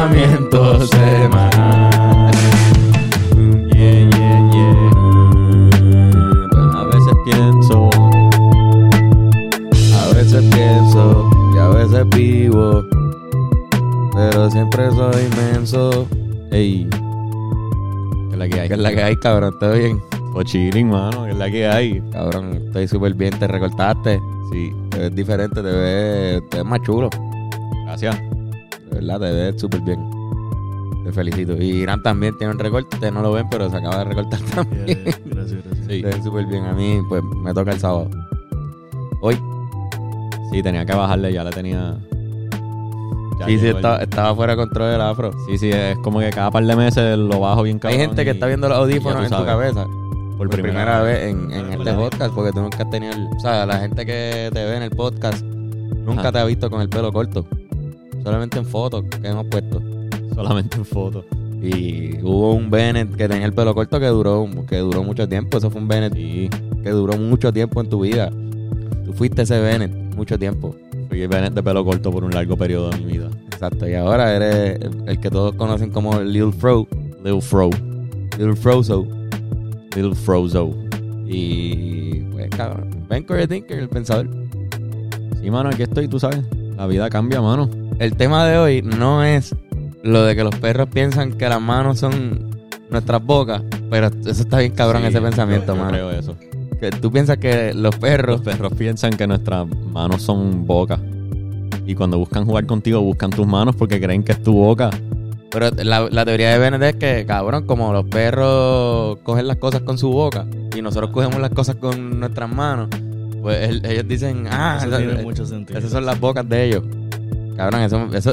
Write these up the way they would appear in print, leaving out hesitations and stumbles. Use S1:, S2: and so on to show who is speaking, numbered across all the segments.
S1: pensamiento semanal. A veces pienso y a veces vivo, pero siempre soy inmenso.
S2: Ey, ¿qué es la que hay?
S1: ¿Qué es la que hay, cabrón? ¿Todo bien?
S2: Pues chilling, mano, ¿qué es la que hay?
S1: Cabrón, estoy súper bien. ¿Te recortaste?
S2: Sí,
S1: Te ves diferente, te ves más chulo.
S2: gracias.
S1: De verdad, te ves súper bien. Te felicito. Y Irán también tiene un recorte. Ustedes no lo ven, pero se acaba de recortar también.
S3: Gracias.
S2: Sí,
S1: Te ves súper bien. A mí, pues, me toca el sábado. Hoy.
S2: sí, tenía que bajarle, ya la tenía. Ya
S1: Sí,
S2: llegó
S1: estaba fuera de control del afro.
S2: Sí, es como que cada par de meses lo bajo bien cabrón.
S1: Hay gente que está viendo los audífonos en tu cabeza
S2: Por
S1: primera vez en este
S2: ¿Verdad?
S1: podcast, porque tú nunca has tenido o sea, la gente que te ve en el podcast nunca
S2: Ajá.
S1: te ha visto con el pelo corto. Solamente en fotos que hemos puesto.
S2: Solamente en fotos.
S1: Y hubo un Bennett que tenía el pelo corto que duró mucho tiempo. Eso fue un Bennett
S2: Sí,
S1: que duró mucho tiempo en tu vida. Tú fuiste ese Bennett mucho tiempo.
S2: fui Bennett de pelo corto por un largo periodo de mi vida.
S1: Exacto. Y ahora eres el que todos conocen como Lil Fro.
S2: Lil Fro.
S1: Lil Frozo.
S2: Lil Frozo.
S1: Y pues cabrón. Ben Corey Tinker, el pensador.
S2: Sí, mano, aquí estoy, tú sabes. La vida cambia, mano.
S1: El tema de hoy no es lo de que los perros piensan que las manos son nuestras bocas, pero eso está bien cabrón,
S2: Sí,
S1: ese pensamiento,
S2: yo
S1: mano.
S2: creo eso.
S1: Que tú piensas que los perros,
S2: Los perros piensan que nuestras manos son bocas. Y cuando buscan jugar contigo, buscan tus manos porque creen que es tu boca.
S1: pero la teoría de Bennett es que, cabrón, como los perros cogen las cosas con su boca y nosotros cogemos las cosas con nuestras manos, pues ellos dicen,
S3: Eso tiene mucho sentido.
S1: esas son las bocas de ellos. Cabrón, eso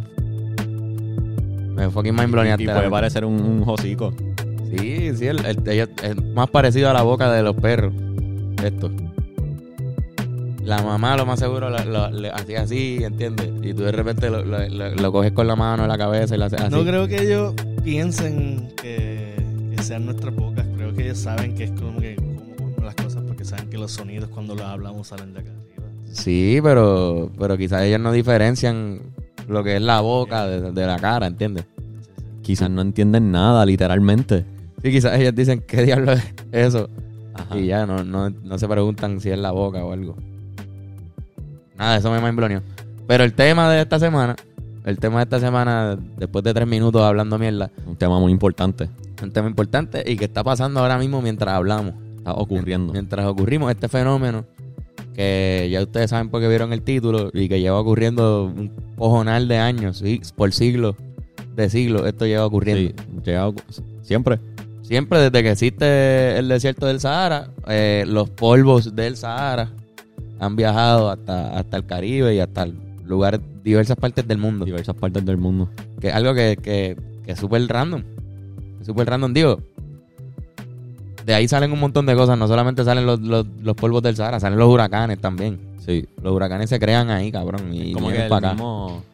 S1: me fucking mind
S2: Y
S1: bloneaste.
S2: puede parecer un hocico.
S1: Sí, ellos es más parecido a la boca de los perros. Esto. La mamá lo más seguro le hacía así, ¿entiendes? Y tú de repente lo coges con la mano en la cabeza y lo haces así.
S3: No creo que ellos piensen que sean nuestras bocas. Creo que ellos saben que es como que cómo cogemos las cosas porque saben que los sonidos cuando los hablamos salen de acá arriba.
S1: Sí, pero quizás ellos no diferencian lo que es la boca de la cara, ¿entiendes?
S2: Quizás no entienden nada, literalmente.
S1: Sí, quizás ellos dicen, ¿qué diablo es eso?
S2: Ajá.
S1: Y ya no se preguntan si es la boca o algo. Nada, eso me mindbloneó. Pero el tema de esta semana, después de 3 minutos hablando mierda,
S2: Un tema muy importante.
S1: un tema importante y que está pasando ahora mismo mientras hablamos.
S2: Está ocurriendo.
S1: Mientras ocurrimos este fenómeno, que ya ustedes saben porque vieron el título y que lleva ocurriendo un cojonal de años, ¿sí? Por siglos de siglos, esto lleva ocurriendo.
S2: Sí, siempre.
S1: Siempre desde que existe el desierto del Sahara, los polvos del Sahara han viajado hasta el Caribe y hasta lugares, diversas partes del mundo.
S2: Diversas partes del mundo.
S1: Que es algo que es súper random. Es súper random, digo. De ahí salen un montón de cosas. No solamente salen los polvos del Sahara, salen los huracanes también.
S2: Sí.
S1: Los huracanes se crean ahí, cabrón. Y
S2: Como que
S1: vienen
S2: el
S1: para acá.
S2: mismo,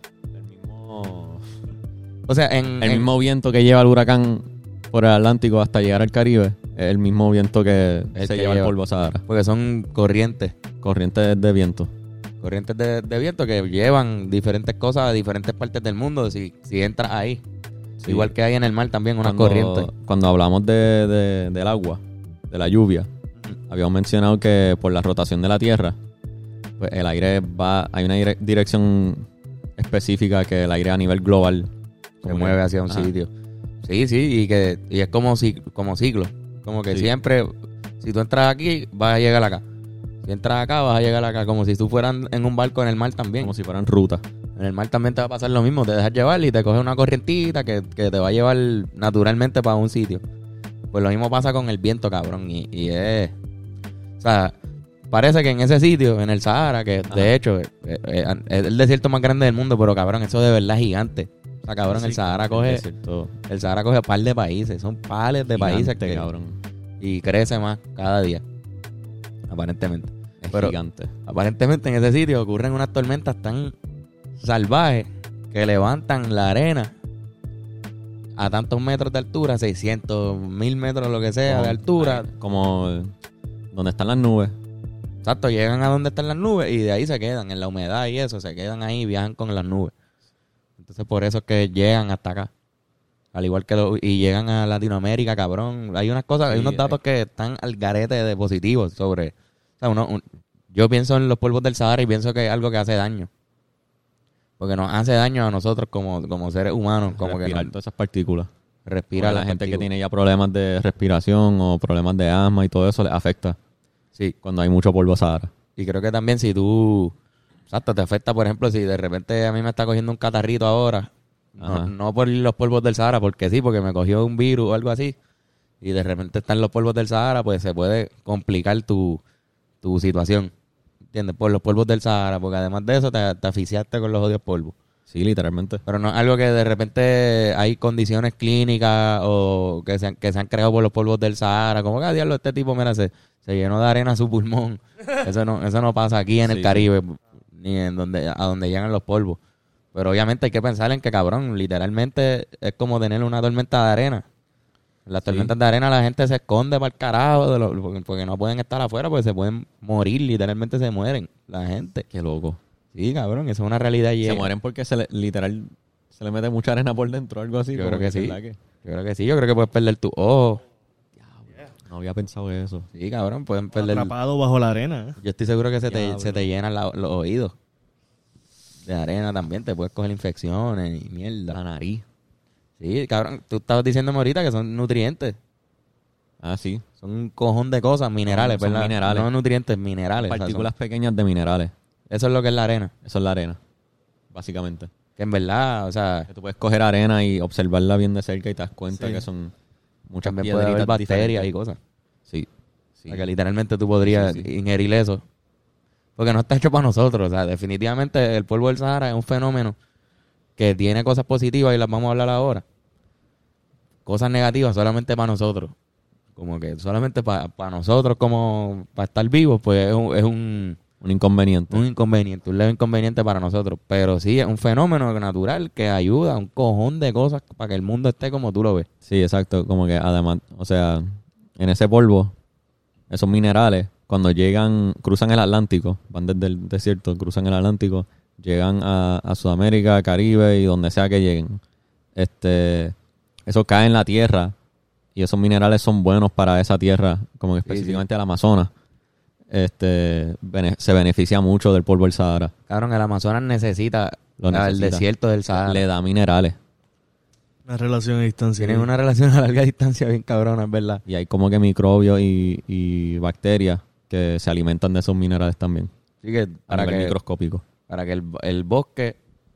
S1: O sea,
S2: el mismo viento que lleva el huracán por el Atlántico hasta llegar al Caribe es el mismo viento que
S1: El
S2: se
S1: que
S2: lleva el
S1: lleva.
S2: polvo Sahara.
S1: Porque son corrientes.
S2: Corrientes de viento.
S1: Corrientes de viento que llevan diferentes cosas a diferentes partes del mundo si entras ahí.
S2: Sí.
S1: Igual que hay en el mar también unas corrientes.
S2: Cuando hablamos del agua, de la lluvia, habíamos mencionado que por la rotación de la Tierra, pues el aire hay una dirección específica que el aire a nivel global
S1: Se mueve hacia un
S2: Ajá.
S1: sitio. Sí, y es como ciclo. Como que
S2: Sí.
S1: siempre, si tú entras aquí, vas a llegar acá. Si entras acá, vas a llegar acá. Como si tú fueras en un barco en el mar también.
S2: como si fueran rutas.
S1: En el mar también te va a pasar lo mismo. Te dejas llevar y te coges una corrientita que te va a llevar naturalmente para un sitio. Pues lo mismo pasa con el viento, cabrón. Y es... O sea, parece que en ese sitio, en el Sahara, que
S2: Ajá.
S1: de hecho es el desierto más grande del mundo, pero cabrón, eso de verdad es gigante. O sea, cabrón, el Sahara coge... El Sahara coge par de países. Son pares de países que...
S2: cabrón.
S1: Y crece más cada día. Aparentemente.
S2: Es
S1: Pero-
S2: gigante.
S1: Aparentemente en ese sitio ocurren unas tormentas tan salvajes que levantan la arena a tantos metros de altura, 600, 1000 metros, lo que sea, de altura.
S2: Como donde están las nubes.
S1: Exacto, llegan a donde están las nubes y de ahí se quedan, en la humedad y eso, se quedan ahí y viajan con las nubes. Entonces por eso es que llegan hasta acá. Al igual que y llegan a Latinoamérica, cabrón. Hay unas cosas, hay unos datos que están al garete de positivos sobre... O sea, yo pienso en los polvos del Sahara y pienso que es algo que hace daño. Porque nos hace daño a nosotros como seres humanos. Como
S2: respirar
S1: que
S2: todas esas partículas.
S1: Respira
S2: la gente que tiene ya problemas de respiración o problemas de asma y todo eso les afecta.
S1: Sí.
S2: Cuando hay mucho polvo Sahara.
S1: Y creo que también si tú... Exacto, te afecta, por ejemplo, si de repente a mí me está cogiendo un catarrito ahora... No por los polvos del Sahara, porque sí, porque me cogió un virus o algo así. Y de repente están los polvos del Sahara, pues se puede complicar tu situación. ¿Entiendes? Por los polvos del Sahara, porque además de eso te asfixiaste con los odios polvos.
S2: Sí, literalmente.
S1: Pero no es algo que de repente hay condiciones clínicas o que se han creado por los polvos del Sahara. Como que diablo, este tipo, mira, se llenó de arena su pulmón. Eso no pasa aquí en el Caribe, ni a donde llegan los polvos. Pero obviamente hay que pensar en que, cabrón, literalmente es como tener una tormenta de arena. En las tormentas de arena la gente se esconde para el carajo porque no pueden estar afuera, porque se pueden morir, literalmente se mueren la gente.
S2: Qué loco.
S1: Sí, cabrón, eso es una realidad.
S2: Se mueren porque literal se le mete mucha arena por dentro, algo así.
S1: Yo creo que sí.
S2: Yo
S1: creo que sí, yo creo que puedes perder tu ojo.
S2: No había pensado eso.
S1: Sí, cabrón, pueden perder...
S3: Atrapado bajo la arena.
S1: Yo estoy seguro que se te llenan los oídos. De arena también, te puedes coger infecciones y mierda.
S2: La nariz.
S1: Sí, cabrón, tú estabas diciéndome ahorita que son nutrientes.
S2: Ah, sí.
S1: Son un cojón de cosas, minerales,
S2: son
S1: ¿verdad?
S2: minerales.
S1: No nutrientes, minerales.
S2: Partículas pequeñas de minerales.
S1: Eso es lo que es la arena.
S2: Eso es la arena, básicamente.
S1: Que en verdad, o sea...
S2: Que tú puedes coger arena y observarla bien de cerca y te das cuenta que son muchas
S1: también puede haber
S2: piedritas
S1: bacterias
S2: diferentes.
S1: y cosas.
S2: Sí.
S1: O sea, que literalmente tú podrías ingerir eso. Porque no está hecho para nosotros. O sea, definitivamente el polvo del Sahara es un fenómeno que tiene cosas positivas y las vamos a hablar ahora. Cosas negativas solamente para nosotros. Como que solamente para nosotros, como para estar vivos, pues es un
S2: inconveniente.
S1: un leve inconveniente para nosotros. Pero sí, es un fenómeno natural que ayuda a un cojón de cosas para que el mundo esté como tú lo ves.
S2: Sí, exacto. Como que además, o sea, en ese polvo, esos minerales, cuando cruzan el Atlántico, van desde el desierto, cruzan el Atlántico, llegan a Sudamérica, Caribe y donde sea que lleguen. Eso cae en la tierra y esos minerales son buenos para esa tierra, como que específicamente el Amazonas. Se beneficia mucho del polvo del Sahara.
S1: Cabrón, el Amazonas necesita el desierto del Sahara.
S2: Le da minerales.
S3: Una relación a distancia.
S1: Tienen una relación a larga distancia bien cabrona, es verdad.
S2: Y hay como que microbios y bacterias que se alimentan de esos minerales también.
S1: Así que
S2: A nivel microscópico.
S1: para que el bosque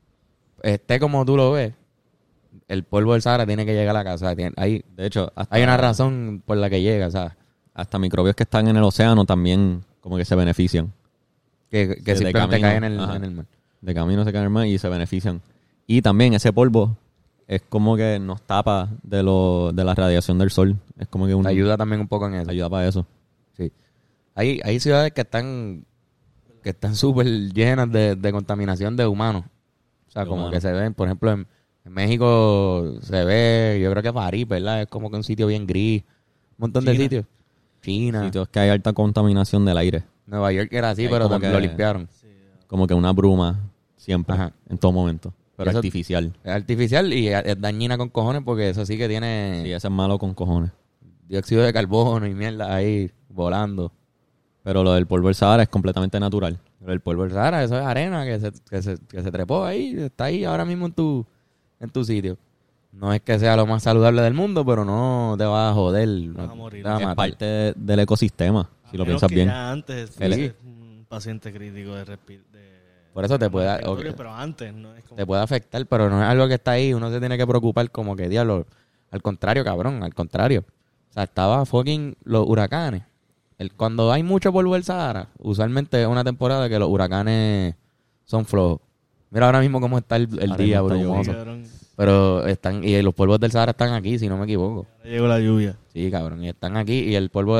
S1: esté como tú lo ves, el polvo del Sahara tiene que llegar a la casa.
S2: De hecho,
S1: hay una razón por la que llega, ¿sabes?
S2: Hasta microbios que están en el océano también como que se benefician.
S1: Que simplemente caen en el mar.
S2: De camino se caen en el mar y se benefician. Y también ese polvo es como que nos tapa de la radiación del sol. Es como que
S1: ayuda también un poco en eso.
S2: Ayuda para eso.
S1: Sí. Hay ciudades que están súper llenas de contaminación de humanos. O sea, como que se ven, por ejemplo, en México se ve, yo creo que París, ¿verdad? Es como que un sitio bien gris. Un montón de sitios. China.
S2: Sitios que hay alta contaminación del aire.
S1: Nueva York era así, pero también lo limpiaron.
S2: Como que una bruma siempre, en todo momento. Pero
S1: eso
S2: artificial.
S1: Es artificial y es dañina con cojones porque eso sí que tiene...
S2: Sí, eso es malo con cojones.
S1: Dióxido de carbono y mierda ahí volando.
S2: Pero lo del polvo del Sahara es completamente natural.
S1: Pero el polvo del Sahara, eso es arena que se trepó ahí, está ahí ahora mismo en tu sitio. No es que sea lo más saludable del mundo, pero no te va a joder.
S3: Vas a morir.
S1: Te va a
S2: Es
S1: matar.
S2: parte del ecosistema, si lo piensas bien.
S3: Ya antes fuiste un paciente crítico de
S1: Por eso te puede,
S3: pero antes no es como...
S1: te puede afectar, pero no es algo que está ahí. Uno se tiene que preocupar como que diablo. Al contrario, cabrón, al contrario. O sea, estaba fucking los huracanes. Cuando hay mucho polvo del Sahara, usualmente es una temporada que los huracanes son flojos. Mira ahora mismo cómo está el día brumoso. Pero y los polvos del Sahara están aquí, si no me equivoco.
S3: Ahora llegó la lluvia.
S1: Sí, cabrón, y están aquí. Y el polvo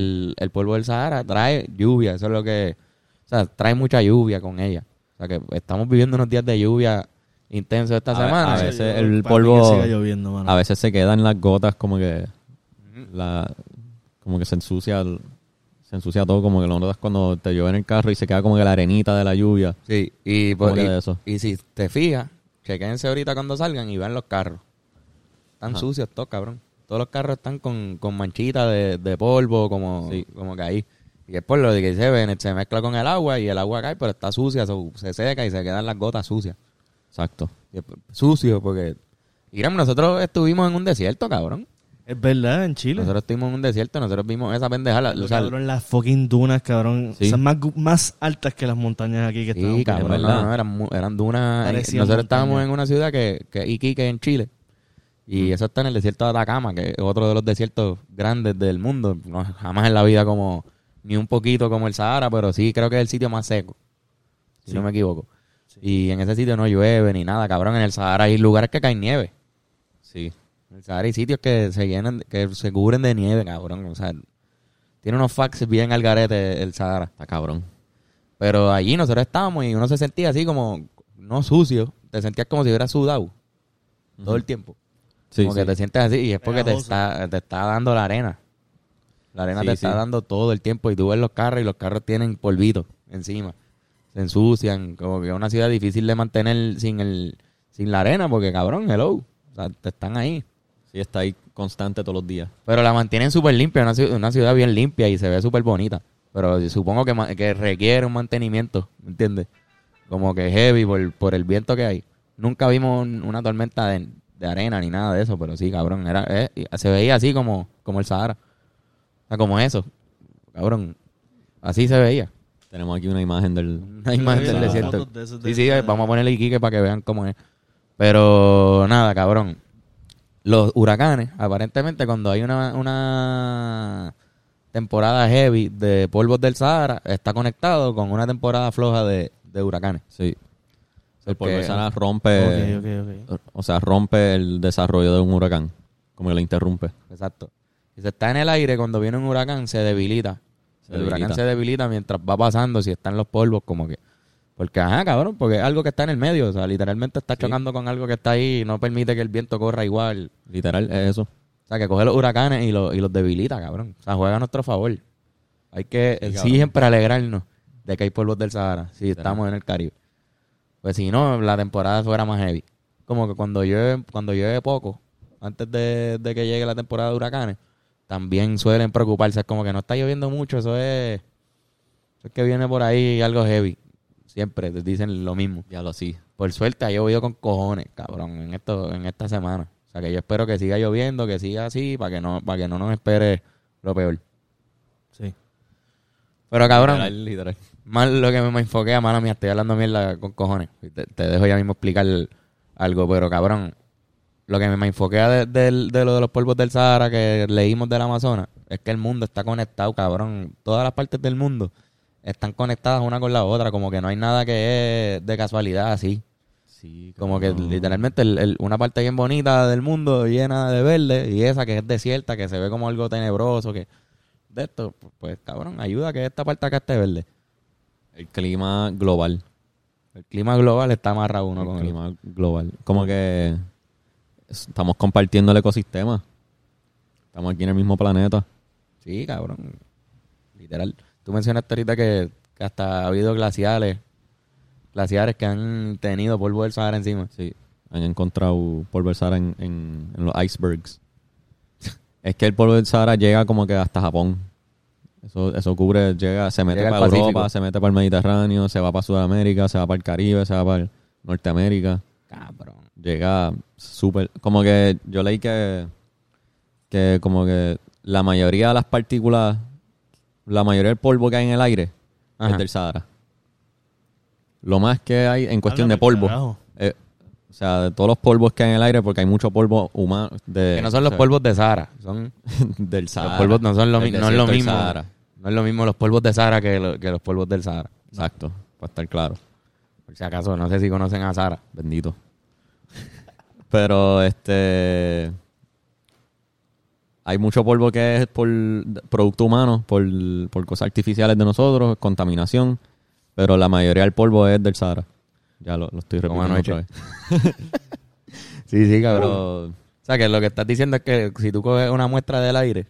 S1: del Sahara trae lluvia. Eso es lo que... O sea, trae mucha lluvia con ella. O sea, que estamos viviendo unos días de lluvia intensos esta semana.
S2: A veces el polvo...
S3: Que siga lloviendo, mano.
S2: A veces se queda en las gotas como que... como que se ensucia todo, como que lo notas cuando te llueve en el carro y se queda como que la arenita de la lluvia.
S1: Sí, y
S2: de eso.
S1: y si te fijas, chequéense ahorita cuando salgan y vean los carros. Están sucios todos, cabrón. Todos los carros están con manchitas de polvo, como que ahí. Y es por lo de que se mezcla con el agua y el agua cae, pero está sucia, se seca y se quedan las gotas sucias.
S2: Exacto.
S1: Sucio, porque... Mira, nosotros estuvimos en un desierto, cabrón.
S3: Es verdad, en Chile.
S1: Nosotros estuvimos en un desierto, nosotros vimos esa pendejada.
S3: Cabrón, las fucking dunas, cabrón.
S2: Sí.
S3: Son más altas que las montañas aquí que estamos.
S1: Sí, cabrón, eran dunas. Nosotros estábamos en una ciudad que es Iquique, en Chile. Y eso está en el desierto de Atacama, que es otro de los desiertos grandes del mundo. No, jamás en la vida como... Ni un poquito como el Sahara, pero sí creo que es el sitio más seco. Si no me equivoco. Sí. Y en ese sitio no llueve ni nada, cabrón. En el Sahara hay lugares que caen nieve.
S2: Sí.
S1: En el Sahara hay sitios que se llenan, que se cubren de nieve, cabrón. O sea, tiene unos facts bien al garete el Sahara.
S2: Está cabrón.
S1: Pero allí nosotros estábamos y uno se sentía así como, no sucio. Te sentías como si hubieras sudado todo el tiempo.
S2: Sí,
S1: como que te sientes así y es porque te está dando la arena. La arena te está dando todo el tiempo y tú ves los carros y los carros tienen polvito encima. Se ensucian. Como que es una ciudad difícil de mantener sin la arena porque, cabrón, hello. O sea, te están ahí.
S2: Sí, está ahí constante todos los días.
S1: Pero la mantienen súper limpia. Una ciudad bien limpia y se ve súper bonita. Pero supongo que requiere un mantenimiento, ¿me entiendes? Como que heavy por el viento que hay. Nunca vimos una tormenta de arena ni nada de eso, pero sí, cabrón. Se veía así como el Sahara. O sea, como eso. Cabrón. Así se veía.
S2: Tenemos aquí una imagen del
S1: desierto. Sí, vamos a ponerle Iquique para que vean cómo es. Pero nada, cabrón. Los huracanes, aparentemente, cuando hay una temporada heavy de polvos del Sahara, está conectado con una temporada floja de huracanes.
S2: Sí. El polvo del Sahara rompe...
S3: Okay.
S2: O sea, rompe el desarrollo de un huracán. Como que lo interrumpe.
S1: Exacto. Si se está en el aire, cuando viene un huracán, se debilita. Huracán se debilita mientras va pasando, si están los polvos, como que... Porque, cabrón, porque es algo que está en el medio. O sea, literalmente está chocando con algo que está ahí y no permite que el viento corra igual.
S2: Literal, es eso.
S1: O sea, que coge los huracanes y los debilita, cabrón. O sea, juega a nuestro favor. Hay que siempre alegrarnos de que hay polvos del Sahara, si estamos en el Caribe. Pues si no, la temporada fuera más heavy. Como que cuando llueve poco, antes de que llegue la temporada de huracanes, también suelen preocuparse. Es como que no está lloviendo mucho, eso es que viene por ahí algo heavy. Siempre te dicen lo mismo.
S2: Ya lo sí.
S1: Por suerte ha llovido con cojones, cabrón, en esta semana. O sea que yo espero que siga lloviendo, que siga así, para que no nos espere lo peor.
S3: Sí.
S1: Pero cabrón,
S2: Literal.
S1: más lo que me enfoqué a mala mía, estoy hablando mierda con cojones. Te dejo ya mismo explicar algo, pero cabrón, lo que me enfoqué de lo de los polvos del Sahara que leímos del Amazonas es que el mundo está conectado, cabrón. Todas las partes del mundo están conectadas una con la otra, como que no hay nada que es de casualidad así.
S2: Sí,
S1: como que literalmente una parte bien bonita del mundo llena de verde y esa que es desierta, que se ve como algo tenebroso, que de esto, pues cabrón, ayuda a que esta parte acá esté verde.
S2: El clima global.
S1: El clima global está amarrado uno con
S2: el clima global. Como que estamos compartiendo el ecosistema. Estamos aquí en el mismo planeta.
S1: Sí, cabrón. Literal. Tú mencionaste ahorita que hasta ha habido glaciares que han tenido polvo del Sahara encima.
S2: Sí, han encontrado polvo del Sahara en los icebergs. Es que el polvo del Sahara llega como que hasta Japón. Eso cubre, se mete para Europa, se mete para el Mediterráneo, se va para Sudamérica, se va para el Caribe, se va para Norteamérica.
S1: Cabrón.
S2: Llega súper... Como que yo leí que como que la mayoría de las partículas, la mayoría del polvo que hay en el aire es del Sahara. Lo más que hay en cuestión de polvo. O sea, de todos los polvos que hay en el aire, porque hay mucho polvo humano.
S1: Que no son los polvos de Sahara, son
S2: del Sahara.
S1: Los polvos no son no es lo mismo. No es lo mismo los polvos de Sahara que los polvos del Sahara.
S2: Exacto, para estar claro.
S1: Por si acaso, no sé si conocen a Sahara.
S2: Bendito. Pero hay mucho polvo que es por producto humano, por cosas artificiales de nosotros, contaminación. Pero la mayoría del polvo es del Sahara. Ya lo estoy repitiendo otra vez.
S1: Sí, cabrón. O sea, que lo que estás diciendo es que si tú coges una muestra del aire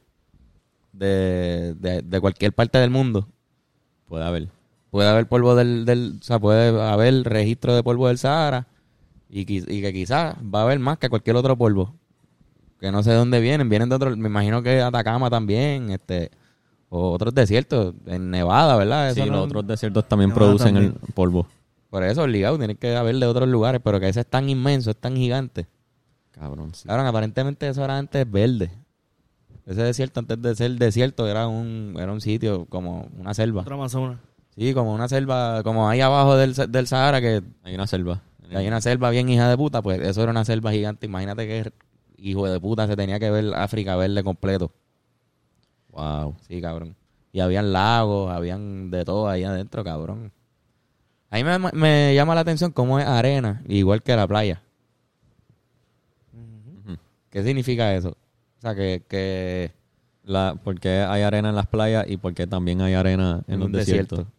S1: de cualquier parte del mundo,
S2: puede haber
S1: polvo o sea, puede haber registro de polvo del Sahara Y que quizás va a haber más que cualquier otro polvo. Que no sé de dónde vienen. Vienen de otro... Me imagino que Atacama también, o otros desiertos. En Nevada, ¿verdad?
S2: Sí,
S1: Eso
S2: los
S1: no-
S2: otros desiertos también
S3: Nevada
S2: producen
S3: también.
S2: el polvo.
S1: Por eso, obligado, tiene que haber de otros lugares. Pero que ese es tan inmenso, es tan gigante.
S2: Cabrón, sí.
S1: Cabrón, aparentemente eso era antes verde. Ese desierto, antes de ser desierto, era un sitio como una selva.
S3: Otro Amazonas.
S1: Sí, como una selva, como ahí abajo del Sahara, que
S2: Hay una selva.
S1: hay una selva bien hija de puta, pues eso era una selva gigante. Imagínate que hijo de puta se tenía que ver África verde completo.
S2: Wow.
S1: Sí, cabrón. Y habían lagos, habían de todo ahí adentro, cabrón. A mí me llama la atención cómo es arena, igual que la playa.
S3: Ujú.
S1: ¿Qué significa eso? O sea, que
S2: ¿Por qué hay arena en las playas y por qué también hay arena en los
S1: un
S2: desiertos?
S1: desierto.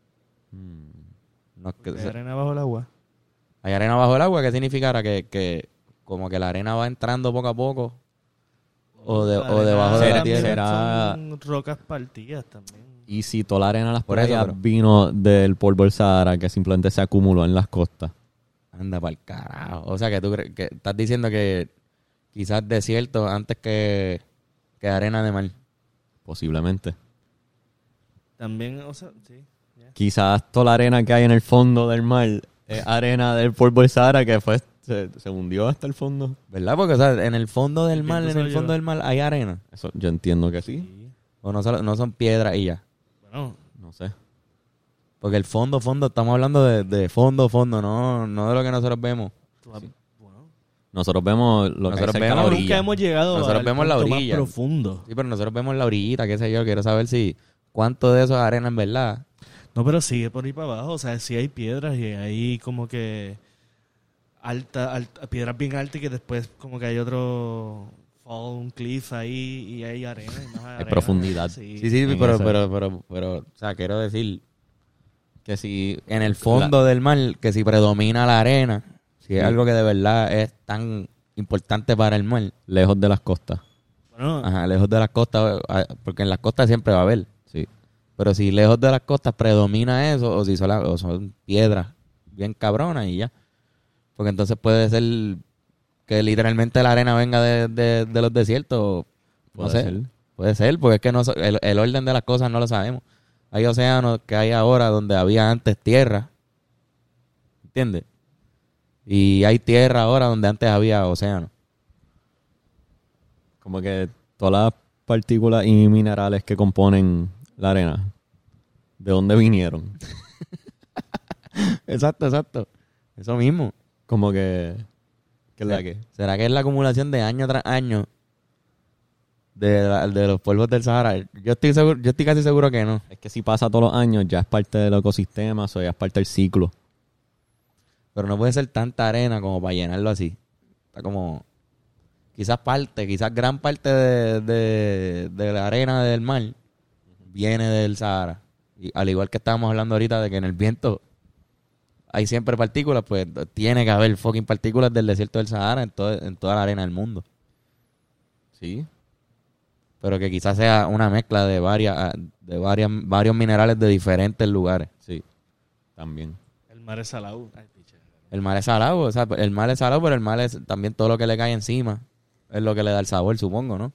S1: No,
S3: Hay arena bajo el agua.
S1: hay arena bajo el agua, ¿qué significará? Que como que la arena va entrando poco a poco o debajo de la
S2: Será-
S1: tierra.
S2: será-
S3: Son rocas partidas también.
S2: Y si toda la arena en las
S1: Por eso,
S2: playas
S1: pero-
S2: vino del polvo del Sahara que simplemente se acumuló en las costas.
S1: Anda pa'l carajo. O sea, que tú que estás diciendo que quizás desierto antes que arena de mar.
S2: Posiblemente.
S3: También, o sea, sí. ya.
S2: Quizás toda la arena que hay en el fondo del mar es arena del polvo del Sahara que fue se hundió hasta el fondo.
S1: ¿Verdad? Porque, o sea, en el fondo del
S3: El
S1: mar,
S3: viento
S1: en
S3: se
S1: el
S3: lo
S1: fondo
S3: lleva.
S1: del mar hay arena.
S2: Eso yo entiendo que sí.
S3: Sí.
S1: O no son piedras y ya.
S3: Bueno,
S2: No sé.
S1: Porque el fondo, estamos hablando de fondo, no de lo que nosotros vemos.
S3: tú has- bueno.
S2: Nosotros vemos lo que hay
S1: Nosotros
S2: cerca de la
S1: vemos-
S2: orilla.
S3: Nunca hemos llegado
S1: Nosotros
S3: al
S1: vemos la
S3: punto
S1: orilla.
S3: más profundo.
S1: Sí, pero nosotros vemos la orillita, qué sé yo. Quiero saber si cuánto de eso es arena en verdad.
S3: No, pero sigue por ahí para abajo. O sea, sí hay piedras y hay como que piedras bien altas y que después como que hay otro un cliff ahí y hay arena y más arena.
S2: profundidad.
S3: Sí.
S1: Sí,
S2: En
S1: pero,
S2: ese.
S1: pero, o sea, quiero decir
S2: Que si
S1: en el fondo del mar, que si predomina la arena, si es
S2: Sí.
S1: algo que de verdad es tan importante para el mar,
S2: lejos de las costas.
S3: Bueno,
S1: ajá, lejos de las costas, porque en las costas siempre va a haber,
S2: Sí.
S1: pero si lejos de las costas predomina eso, o si son piedras bien cabronas y ya, porque entonces puede ser que literalmente la arena venga de los desiertos, no
S2: Puede
S1: sé,
S2: ser.
S1: puede ser, porque es que el orden de las cosas no lo sabemos. Hay océanos que hay ahora donde había antes tierra, ¿entiendes? Y hay tierra ahora donde antes había océano.
S2: Como que todas las partículas y minerales que componen la arena, ¿de dónde vinieron?
S1: Exacto. Eso mismo.
S2: Como que... ¿Qué es la que?
S1: ¿Será que es la acumulación de año tras año de los polvos del Sahara? Yo estoy casi seguro que no.
S2: Es que si pasa todos los años ya es parte del ecosistema, o ya es parte del ciclo.
S1: Pero no puede ser tanta arena como para llenarlo así. Está como... Quizás gran parte de la arena del mar viene del Sahara. Y al igual que estábamos hablando ahorita de que en el viento hay siempre partículas, pues tiene que haber fucking partículas del desierto del Sahara en toda la arena del mundo.
S2: Sí.
S1: Pero que quizás sea una mezcla de varios minerales de diferentes lugares.
S2: Sí. También.
S3: el mar es salado. Ay, piche.
S1: El mar es salado, o sea, el mar es salado, pero el mar es también todo lo que le cae encima. Es lo que le da el sabor, supongo, ¿no?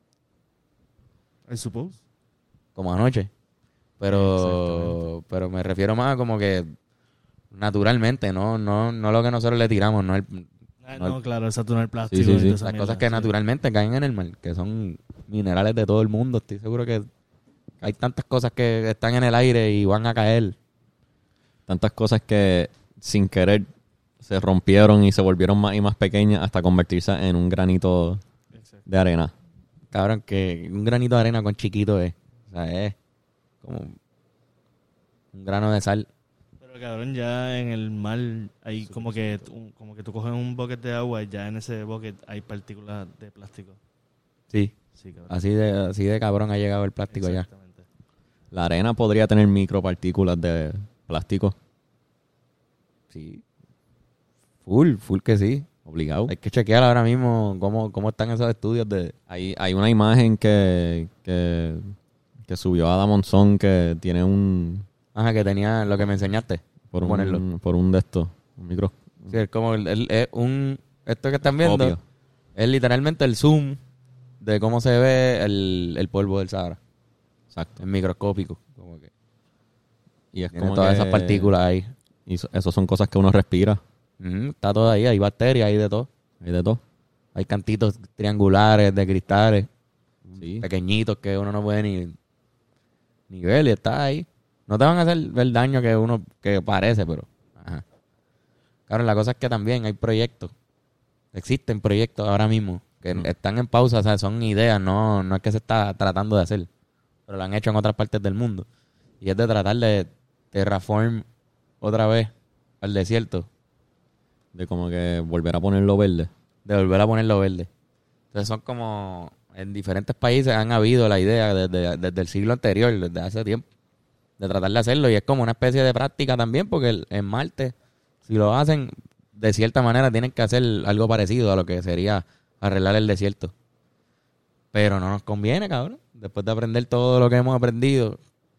S3: I suppose.
S1: Como anoche. Pero me refiero más a como que naturalmente, no lo que nosotros le tiramos, no
S3: No, claro, el Saturno, el plástico.
S2: Sí, sí,
S3: y
S2: sí.
S3: toda esa
S1: las
S3: mierda,
S1: cosas que
S3: sí.
S1: naturalmente caen en el mar, que son minerales de todo el mundo. Estoy seguro que hay tantas cosas que están en el aire y van a caer.
S2: Tantas cosas que sin querer se rompieron y se volvieron más y más pequeñas hasta convertirse en un granito
S3: Exacto.
S2: de arena.
S1: Cabrón, que un granito de arena con chiquito es. O sea, es como un grano de sal.
S3: Pero cabrón, ya en el mar hay como que tú coges un bucket de agua y ya en ese bucket hay partículas de plástico.
S1: Sí.
S3: Sí, cabrón.
S1: Así de cabrón ha llegado el plástico ya.
S3: Exactamente.
S2: La arena podría tener micropartículas de plástico.
S1: Sí. Full que sí.
S2: Obligado.
S1: Hay que chequear ahora mismo cómo están esos estudios de...
S2: Hay una imagen que subió Adam Monzón que tiene un...
S1: Ajá, que tenía lo que me enseñaste.
S2: Por
S1: Ponerlo.
S2: un de estos. Un
S1: Sí, es como esto que están viendo
S2: Obvio.
S1: es literalmente el zoom de cómo se ve el polvo del Sahara.
S2: Exacto.
S1: Es microscópico. Como que
S2: Y es
S1: tiene
S2: como
S1: todas
S2: que-
S1: esas partículas ahí.
S2: Y eso son cosas que uno respira.
S1: Está todo ahí. Hay bacterias, hay de todo.
S2: Hay de todo.
S1: Hay cantitos triangulares de cristales,
S2: Sí.
S1: pequeñitos que uno no puede ni ver y está ahí. No te van a hacer el daño que parece, pero... Ajá. Claro, la cosa es que también hay proyectos. Existen proyectos ahora mismo que están en pausa, o sea, son ideas, no es que se está tratando de hacer, pero lo han hecho en otras partes del mundo. Y es de tratar de terraform otra vez al desierto,
S2: De como que volver a ponerlo verde.
S1: de volver a ponerlo verde. Entonces son como... En diferentes países han habido la idea desde el siglo anterior, desde hace tiempo, de tratar de hacerlo. Y es como una especie de práctica también, porque en Marte, si lo hacen, de cierta manera tienen que hacer algo parecido a lo que sería arreglar el desierto. Pero no nos conviene, cabrón. Después de aprender todo lo que hemos aprendido,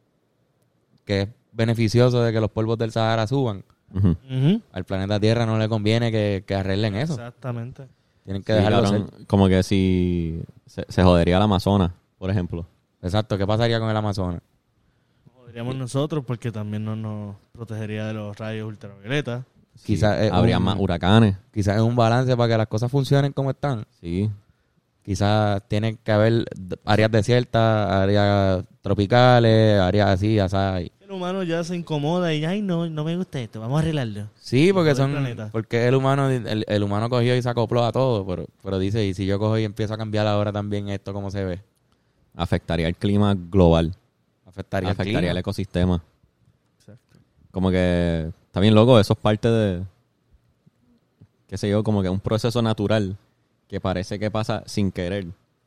S1: que es beneficioso de que los polvos del Sahara suban,
S2: Ujú.
S3: Ujú.
S1: al planeta Tierra no le conviene que arreglen eso.
S3: Exactamente.
S1: Tienen que
S2: Sí,
S1: dejarlo
S2: cabrón,
S1: ser.
S2: como que si se jodería el Amazonas, por ejemplo.
S1: Exacto. ¿Qué pasaría con el Amazonas?
S3: Podríamos nosotros porque también no nos protegería de los rayos ultravioletas.
S1: Quizás es
S2: Habría más huracanes.
S1: Quizás es un balance para que las cosas funcionen como están.
S2: Sí.
S1: Quizás tiene que haber áreas desiertas, áreas tropicales, áreas así, así.
S3: El humano ya se incomoda y, ay, no me gusta esto, vamos a arreglarlo.
S1: Sí, porque
S3: todo el
S1: son
S3: planeta.
S1: porque el humano cogió y se acopló a todo, pero dice, y si yo cojo y empiezo a cambiar ahora también esto cómo se ve,
S2: Afectaría el clima global.
S1: afectaría el
S2: Afectaría el
S1: clima.
S2: ecosistema.
S3: Exacto.
S2: Como que está bien loco, eso es parte de, qué sé yo, como que un proceso natural que parece que pasa sin querer.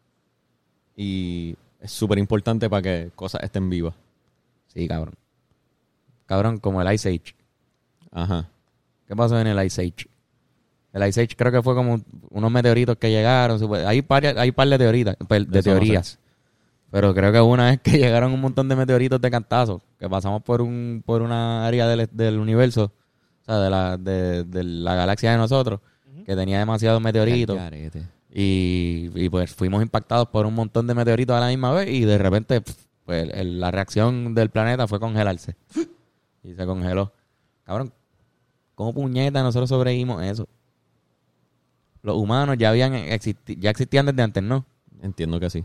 S2: Y es súper importante para que cosas estén vivas.
S1: Sí, cabrón. Cabrón, como el Ice Age.
S2: Ajá.
S1: ¿Qué pasó en el Ice Age? El Ice Age creo que fue como unos meteoritos que llegaron. Hay par de teorías,
S2: De eso no
S1: teorías. Pero creo que una vez que llegaron un montón de meteoritos de cantazo, que pasamos por una área del universo, o sea, de la galaxia de nosotros, que tenía demasiados meteoritos.
S2: Garete.
S1: Y pues fuimos impactados por un montón de meteoritos a la misma vez y de repente pues la reacción del planeta fue congelarse. Y se congeló. Cabrón, ¿cómo puñeta nosotros sobrevivimos eso? Los humanos ya existían desde antes, ¿no?
S2: Entiendo que sí.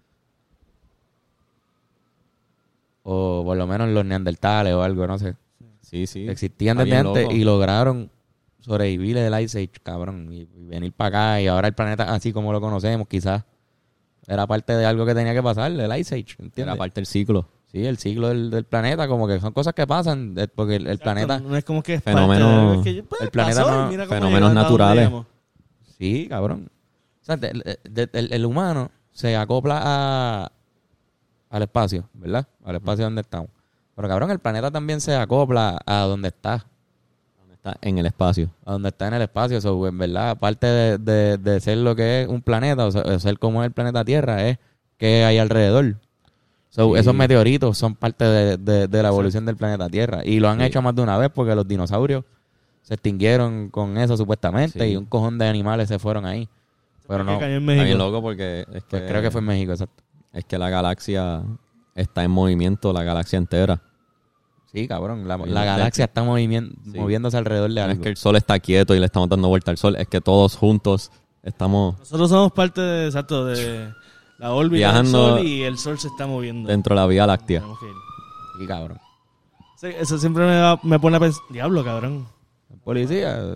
S1: O por lo menos los neandertales o algo, no sé.
S2: Sí, sí.
S1: Existían
S2: Está
S1: desde
S2: bien
S1: antes
S2: loco.
S1: y lograron sobrevivir el Ice Age, cabrón. Y venir para acá y ahora el planeta así como lo conocemos, quizás era parte de algo que tenía que pasar, el Ice Age, ¿entiendes?
S2: Era parte del ciclo.
S1: Sí, el ciclo del planeta, como que son cosas que pasan, porque el planeta...
S3: No es como que es
S2: Fenómeno-
S3: parte de, pues,
S1: el planeta
S3: pasó y
S1: no-
S3: mira cómo
S2: fenómenos
S3: llegó hasta donde
S2: naturales.
S3: llegamos.
S1: Sí, cabrón. O sea, el humano se acopla al espacio, ¿verdad? Al espacio donde estamos. Pero, cabrón, el planeta también se acopla a donde está.
S2: Está en el espacio.
S1: A donde está en el espacio. So, en verdad, aparte de ser lo que es un planeta, o ser como es el planeta Tierra, es que hay alrededor. So,
S2: Sí.
S1: esos meteoritos son parte de la evolución del planeta Tierra. Y lo han
S2: Sí.
S1: hecho más de una vez porque los dinosaurios se extinguieron con eso supuestamente
S2: Sí.
S1: y un cojón de animales se fueron ahí. Pero
S3: Que
S1: no,
S3: cayó en
S2: Está bien
S3: México.
S2: loco porque es que,
S1: pues creo que fue en México, exacto.
S2: es que la galaxia está en movimiento, la galaxia entera.
S1: Sí, cabrón. La
S2: Sí,
S1: galaxia está
S2: Sí.
S1: moviéndose alrededor de
S2: No es
S1: algo.
S2: que el sol está quieto y le estamos dando vuelta al sol, es que todos juntos estamos
S3: Nosotros somos parte de, exacto, de la órbita
S2: Viajando
S3: del sol y el sol se está moviendo.
S2: dentro de la Vía Láctea.
S3: Tenemos que ir.
S1: Sí, cabrón.
S3: Sí, eso siempre me pone a pensar, diablo, cabrón.
S1: Policía.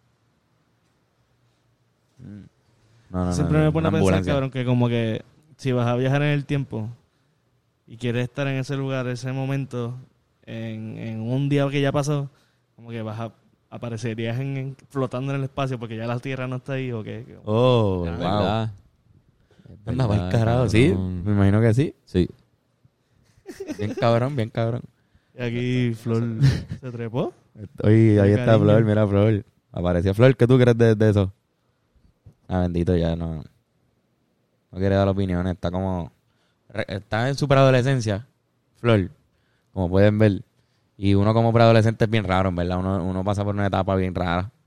S1: No,
S3: Siempre me pone a
S1: una
S3: pensar,
S1: ambulancia.
S3: cabrón, que como que si vas a viajar en el tiempo y quieres estar en ese lugar, ese momento, en un día que ya pasó, como que aparecerías flotando en el espacio porque ya la Tierra no está ahí o qué.
S1: Oh,
S2: Es
S1: wow.
S2: verdad. Es
S1: Anda,
S2: verdad,
S1: pa'l carajo, sí.
S2: cabrón.
S1: Me imagino que sí.
S2: Sí.
S1: Bien cabrón, bien cabrón.
S3: Y aquí Flor se trepó.
S1: Oye, ahí
S3: Qué
S1: está
S3: cariño.
S1: Flor, mira Flor. Apareció Flor, ¿qué tú crees de eso? Ah, bendito, ya no quiere dar opiniones. Está en su preadolescencia, Flor, como pueden ver. Y uno como preadolescente es bien raro, en verdad. Uno pasa por una etapa bien rara.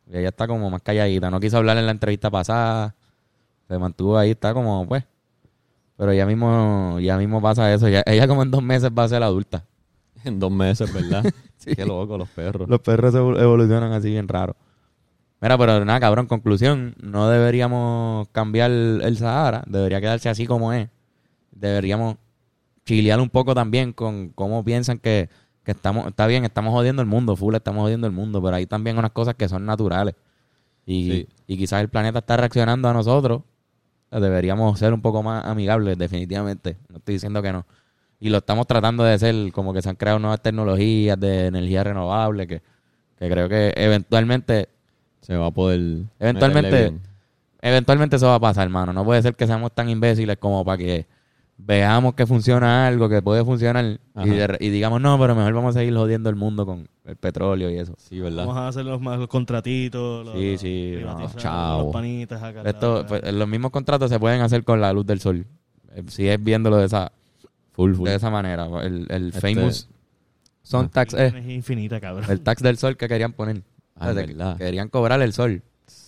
S1: Y ella está como más calladita. No quiso hablar en la entrevista pasada. Se mantuvo ahí, está como, pues. Pero ya mismo pasa eso. Ella como en 2 meses va a ser adulta.
S2: En 2 meses, ¿verdad?
S1: Sí.
S2: Qué loco, los perros.
S1: Los perros evolucionan así bien raro. Mira, pero nada, cabrón, conclusión. No deberíamos cambiar el Sahara. Debería quedarse así como es. Deberíamos chilear un poco también con cómo piensan que está bien, estamos jodiendo el mundo, full, estamos jodiendo el mundo, pero hay también unas cosas que son naturales. Y quizás el planeta está reaccionando a nosotros. Deberíamos ser un poco más amigables, definitivamente. No estoy diciendo que no. Y lo estamos tratando de ser, como que se han creado nuevas tecnologías de energía renovable que creo que eventualmente
S2: se va a poder...
S1: Eventualmente eso va a pasar, hermano. No puede ser que seamos tan imbéciles como para que veamos que funciona algo, que puede funcionar y digamos, no, pero mejor vamos a seguir jodiendo el mundo con el petróleo y eso.
S2: Sí, ¿verdad?
S3: Vamos a hacer los contratitos,
S1: los
S2: chavos.
S3: los panitas acá.
S1: Los mismos contratos se pueden hacer con la luz del sol. Si es viéndolo de esa de esa manera. El famous sun tax es
S3: infinita, cabrón.
S1: el tax del sol que querían poner.
S2: ¿Verdad?
S1: Querían cobrar el sol.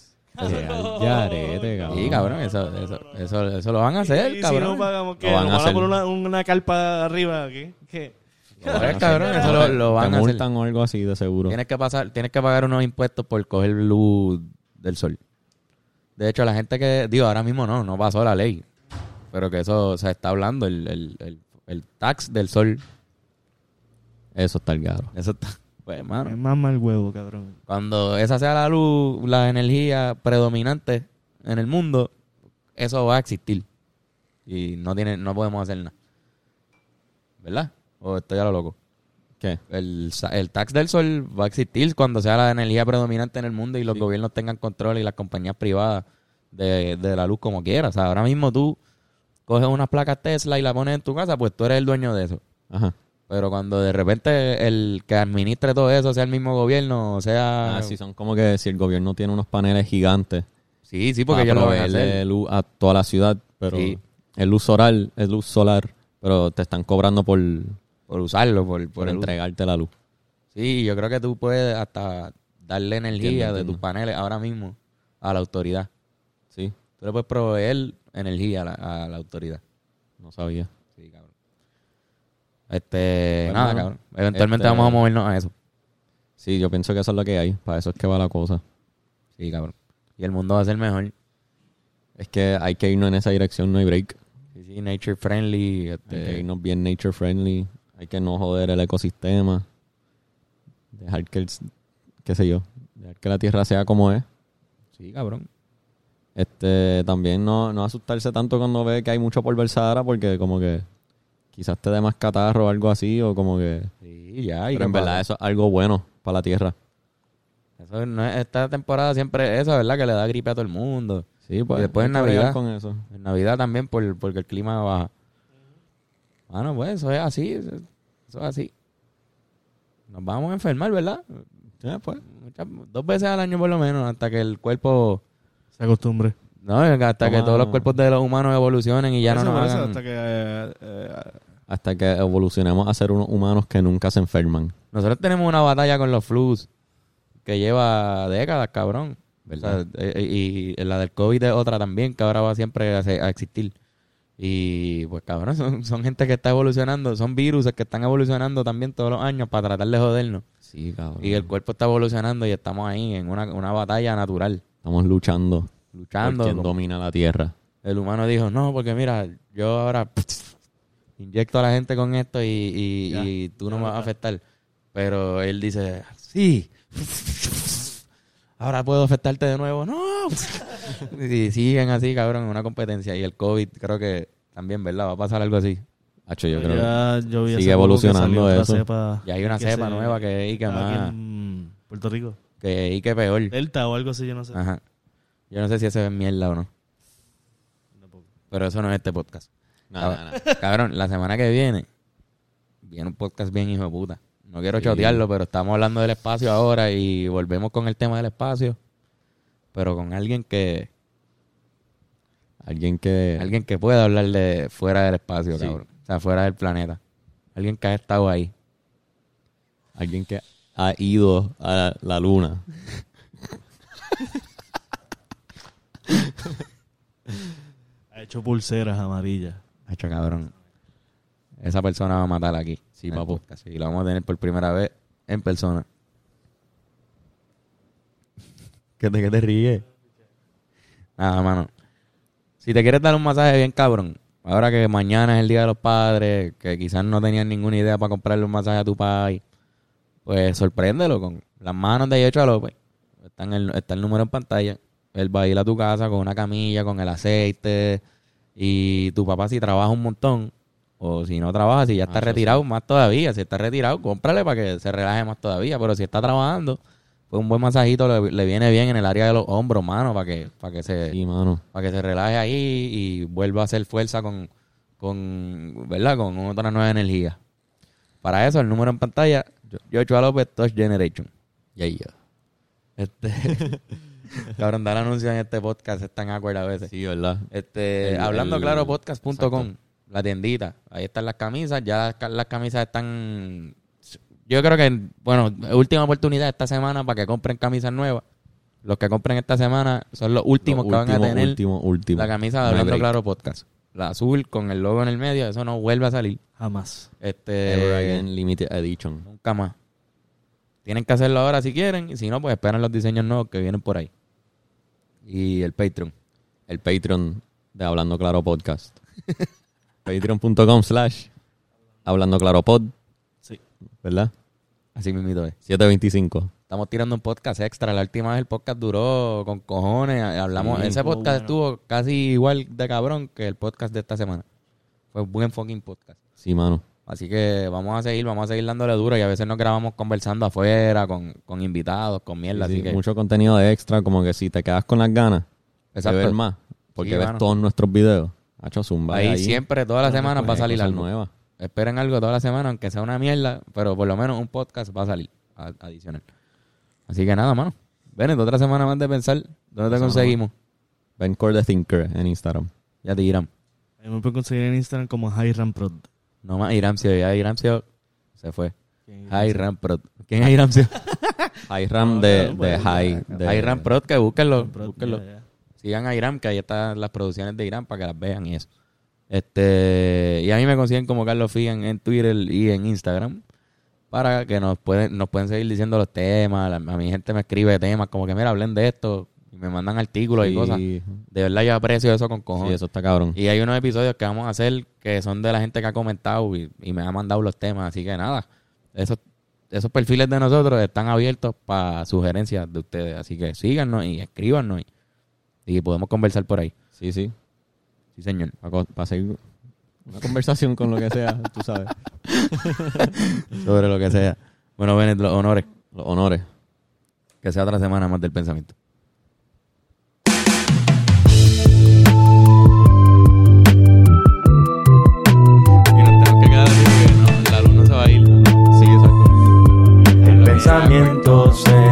S2: Yarete, cabrón.
S1: Sí, cabrón, eso lo van a hacer,
S3: y
S1: cabrón.
S3: si no pagamos, ¿qué?
S2: Lo van a hacer.
S3: Por una carpa arriba, ¿qué?
S1: Cabrón, eso lo van a hacer.
S2: multan o algo así, de seguro.
S1: Tienes que pagar unos impuestos por coger luz del sol. De hecho, la gente ahora mismo no pasó la ley. Pero que eso se está hablando, el tax del sol.
S2: Eso está el garo.
S1: Eso está, pues, hermano.
S3: Es más mal huevo, cabrón.
S1: Cuando esa sea la luz, la energía predominante en el mundo, eso va a existir. Y no podemos hacer nada. ¿Verdad? ¿O estoy a lo loco?
S2: ¿Qué?
S1: El tax del sol va a existir cuando sea la energía predominante en el mundo y los gobiernos tengan control y las compañías privadas de la luz como quieran. O sea, ahora mismo tú coges unas placas Tesla y la pones en tu casa, pues tú eres el dueño de eso.
S2: Ajá.
S1: Pero cuando de repente el que administre todo eso sea el mismo gobierno, o sea...
S2: sí, son como que si el gobierno tiene unos paneles gigantes.
S1: Sí, porque ellos lo van a hacer.
S2: luz a toda la ciudad, pero
S1: Sí.
S2: es luz solar, pero te están cobrando por
S1: Usarlo, por el
S2: entregarte la luz.
S1: Sí, yo creo que tú puedes hasta darle energía
S2: Entiendo.
S1: de tus paneles ahora mismo a la autoridad.
S2: Sí,
S1: Tú le puedes proveer energía a la autoridad.
S2: no sabía.
S1: Sí, cabrón.
S2: Pues,
S1: Nada,
S2: mano,
S1: cabrón. Eventualmente vamos a movernos a eso.
S2: Sí, yo pienso que eso es lo que hay. Para eso es que va la cosa.
S1: Sí, cabrón. Y el mundo va a ser mejor.
S2: Es que hay que irnos en esa dirección, no hay break.
S1: Sí, nature friendly.
S2: Hay que irnos bien nature friendly. Hay que no joder el ecosistema. Dejar que dejar que la tierra sea como es.
S1: Sí, cabrón.
S2: También no asustarse tanto cuando ve que hay mucho polvo del Sahara, porque como que quizás te dé más catarro o algo así, o como que...
S1: Sí, ya.
S2: Pero en verdad eso es algo bueno para la tierra.
S1: Eso no es, esta temporada siempre es esa, ¿verdad? Que le da gripe a todo el mundo.
S2: Sí, pues.
S1: Y después en
S2: hay que bregar
S1: Navidad.
S2: con eso.
S1: En Navidad también porque el clima baja. Bueno, pues eso es así. Eso es así. Nos vamos a enfermar, ¿verdad?
S2: Pues.
S1: 2 veces al año por lo menos, hasta que el cuerpo...
S3: Se acostumbre.
S1: No, hasta que todos los cuerpos de los humanos evolucionen y ya no nos hagan...
S2: Hasta que evolucionemos a ser unos humanos que nunca se enferman.
S1: Nosotros tenemos una batalla con los flus que lleva décadas, cabrón.
S2: ¿Verdad?
S1: O sea, y la del COVID es otra también, que ahora va siempre a existir. Y pues, cabrón, son gente que está evolucionando, son virus que están evolucionando también todos los años para tratar de jodernos.
S2: Sí, cabrón.
S1: Y el cuerpo está evolucionando y estamos ahí en una batalla natural.
S2: Estamos luchando. Por
S1: Luchando.
S2: quien domina la tierra.
S1: El humano dijo, no, porque mira, yo ahora inyecto a la gente con esto y tú no me vas a afectar. Pero él dice, sí, ahora puedo afectarte de nuevo. No. Y siguen así, cabrón, en una competencia. Y el COVID creo que también, ¿verdad? Va a pasar algo así.
S2: Hacho, yo creo
S3: Yo vi
S2: sigue
S3: hace poco que
S2: evolucionando
S3: salió otra
S2: eso.
S3: cepa
S1: Y hay una
S3: que
S1: cepa nueva que
S3: aquí
S1: más,
S3: en Puerto Rico.
S1: que peor.
S3: Delta o algo así, yo no sé.
S1: Ajá. Yo no sé si eso es mierda o no.
S3: Tampoco.
S1: Pero eso no es este podcast.
S2: Nada.
S1: Cabrón, la semana que viene un podcast bien hijo de puta. No quiero
S2: Sí.
S1: chotearlo, pero estamos hablando del espacio ahora y volvemos con el tema del espacio. Pero con alguien que pueda hablar de fuera del espacio,
S2: Sí.
S1: cabrón. O sea, fuera del planeta. Alguien que ha estado ahí.
S2: Alguien que ha ido a la luna.
S3: Ha hecho pulseras amarillas.
S1: Hacho, cabrón. Esa persona va a matar aquí.
S2: Sí,
S1: en el
S2: papu.
S1: podcast. Y lo vamos a tener por primera vez en persona. ¿Qué te ríes? Nada, mano. Si te quieres dar un masaje bien cabrón, ahora que mañana es el Día de los Padres, que quizás no tenían ninguna idea para comprarle un masaje a tu país, pues sorpréndelo con las manos de Yecho López. Está el número en pantalla. Él va a ir a tu casa con una camilla, con el aceite. Y tu papá, si trabaja un montón, o si no trabaja, si ya está retirado, más todavía. Si está retirado, cómprale para que se relaje más todavía. Pero si está trabajando, pues un buen masajito le viene bien en el área de los hombros, mano, para que
S2: Sí, mano.
S1: se relaje ahí y vuelva a hacer fuerza con ¿verdad? Con otra nueva energía. Para eso, el número en pantalla, Yochoa López Touch Generation. Cabrón, dar anuncio en este podcast es tan awkward a veces.
S2: Sí, ¿verdad?
S1: Hablando claro, podcast.com,
S2: Exacto.
S1: la tiendita. Ahí están las camisas. Ya las camisas están... Yo creo que, bueno, última oportunidad esta semana para que compren camisas nuevas. Los que compren esta semana son los últimos que van a tener
S2: Último.
S1: la camisa de
S2: No hay
S1: Hablando
S2: break.
S1: Claro Podcast. La azul con el logo en el medio, eso no vuelve a salir.
S3: Jamás.
S2: Ever Again Limited Edition.
S1: Nunca más. Tienen que hacerlo ahora si quieren, y si no, pues esperan los diseños nuevos que vienen por ahí. Y el Patreon.
S2: El Patreon de Hablando Claro Podcast. Patreon.com/Hablando Claro Pod.
S3: Sí.
S2: ¿Verdad?
S1: Así mismito es.
S2: 725.
S1: Estamos tirando un podcast extra. La última vez el podcast duró con cojones. Hablamos.
S2: Sí,
S1: ese
S3: estuvo
S1: podcast
S3: bueno.
S1: estuvo casi igual de cabrón que el podcast de esta semana. Fue un buen fucking podcast.
S2: Sí, mano.
S1: Así que vamos a seguir dándole duro. Y a veces nos grabamos conversando afuera con invitados, con mierda.
S2: Sí,
S1: así que,
S2: mucho contenido de extra, como que si te quedas con las ganas
S1: exacto.
S2: de ver más, porque
S1: Sí,
S2: ves
S1: mano.
S2: todos nuestros videos. Hacho, zumba
S1: Ahí siempre, todas las semanas va a salir algo.
S2: nueva.
S1: Esperen algo toda la semana, aunque sea una mierda, pero por lo menos un podcast va a salir adicional. Así que nada, mano. Ven, otra semana más de pensar. ¿Dónde te conseguimos?
S2: Ben Core the Thinker en Instagram.
S1: Ya te dirán.
S3: A mí me pueden conseguir en Instagram como HiRamProd.
S1: No más Iramcio. Ya Iramcio se fue. Hiram Prod. ¿Quién es Iramcio?
S2: Hiram de High. de
S1: Hiram Prod, que búsquenlo.
S3: Prod,
S1: Búsquenlo.
S3: ya.
S1: Sigan a Iram, que ahí están las producciones de Iram para que las vean y eso. Y a mí me consiguen como Carlos Figan en Twitter y en Instagram. Para que nos pueden seguir diciendo los temas. A mi gente me escribe temas como que, mira, hablen de esto. Y me mandan artículos y cosas.
S2: Sí,
S1: De verdad yo aprecio eso con cojones.
S2: sí, eso está cabrón.
S1: Y hay unos episodios que vamos a hacer que son de la gente que ha comentado y me ha mandado los temas. Así que nada, esos perfiles de nosotros están abiertos para sugerencias de ustedes. Así que síganos y escríbanos y podemos conversar por ahí.
S2: Sí, sí.
S1: Sí, señor.
S2: Para seguir una conversación con lo que sea, tú sabes.
S1: Sobre lo que sea. Bueno, Bennett, los honores.
S2: Los honores.
S1: Que sea otra semana más del pensamiento. Y nos tenemos que quedar así porque la luz no se va a ir.
S2: Sí, exacto.
S4: El pensamiento se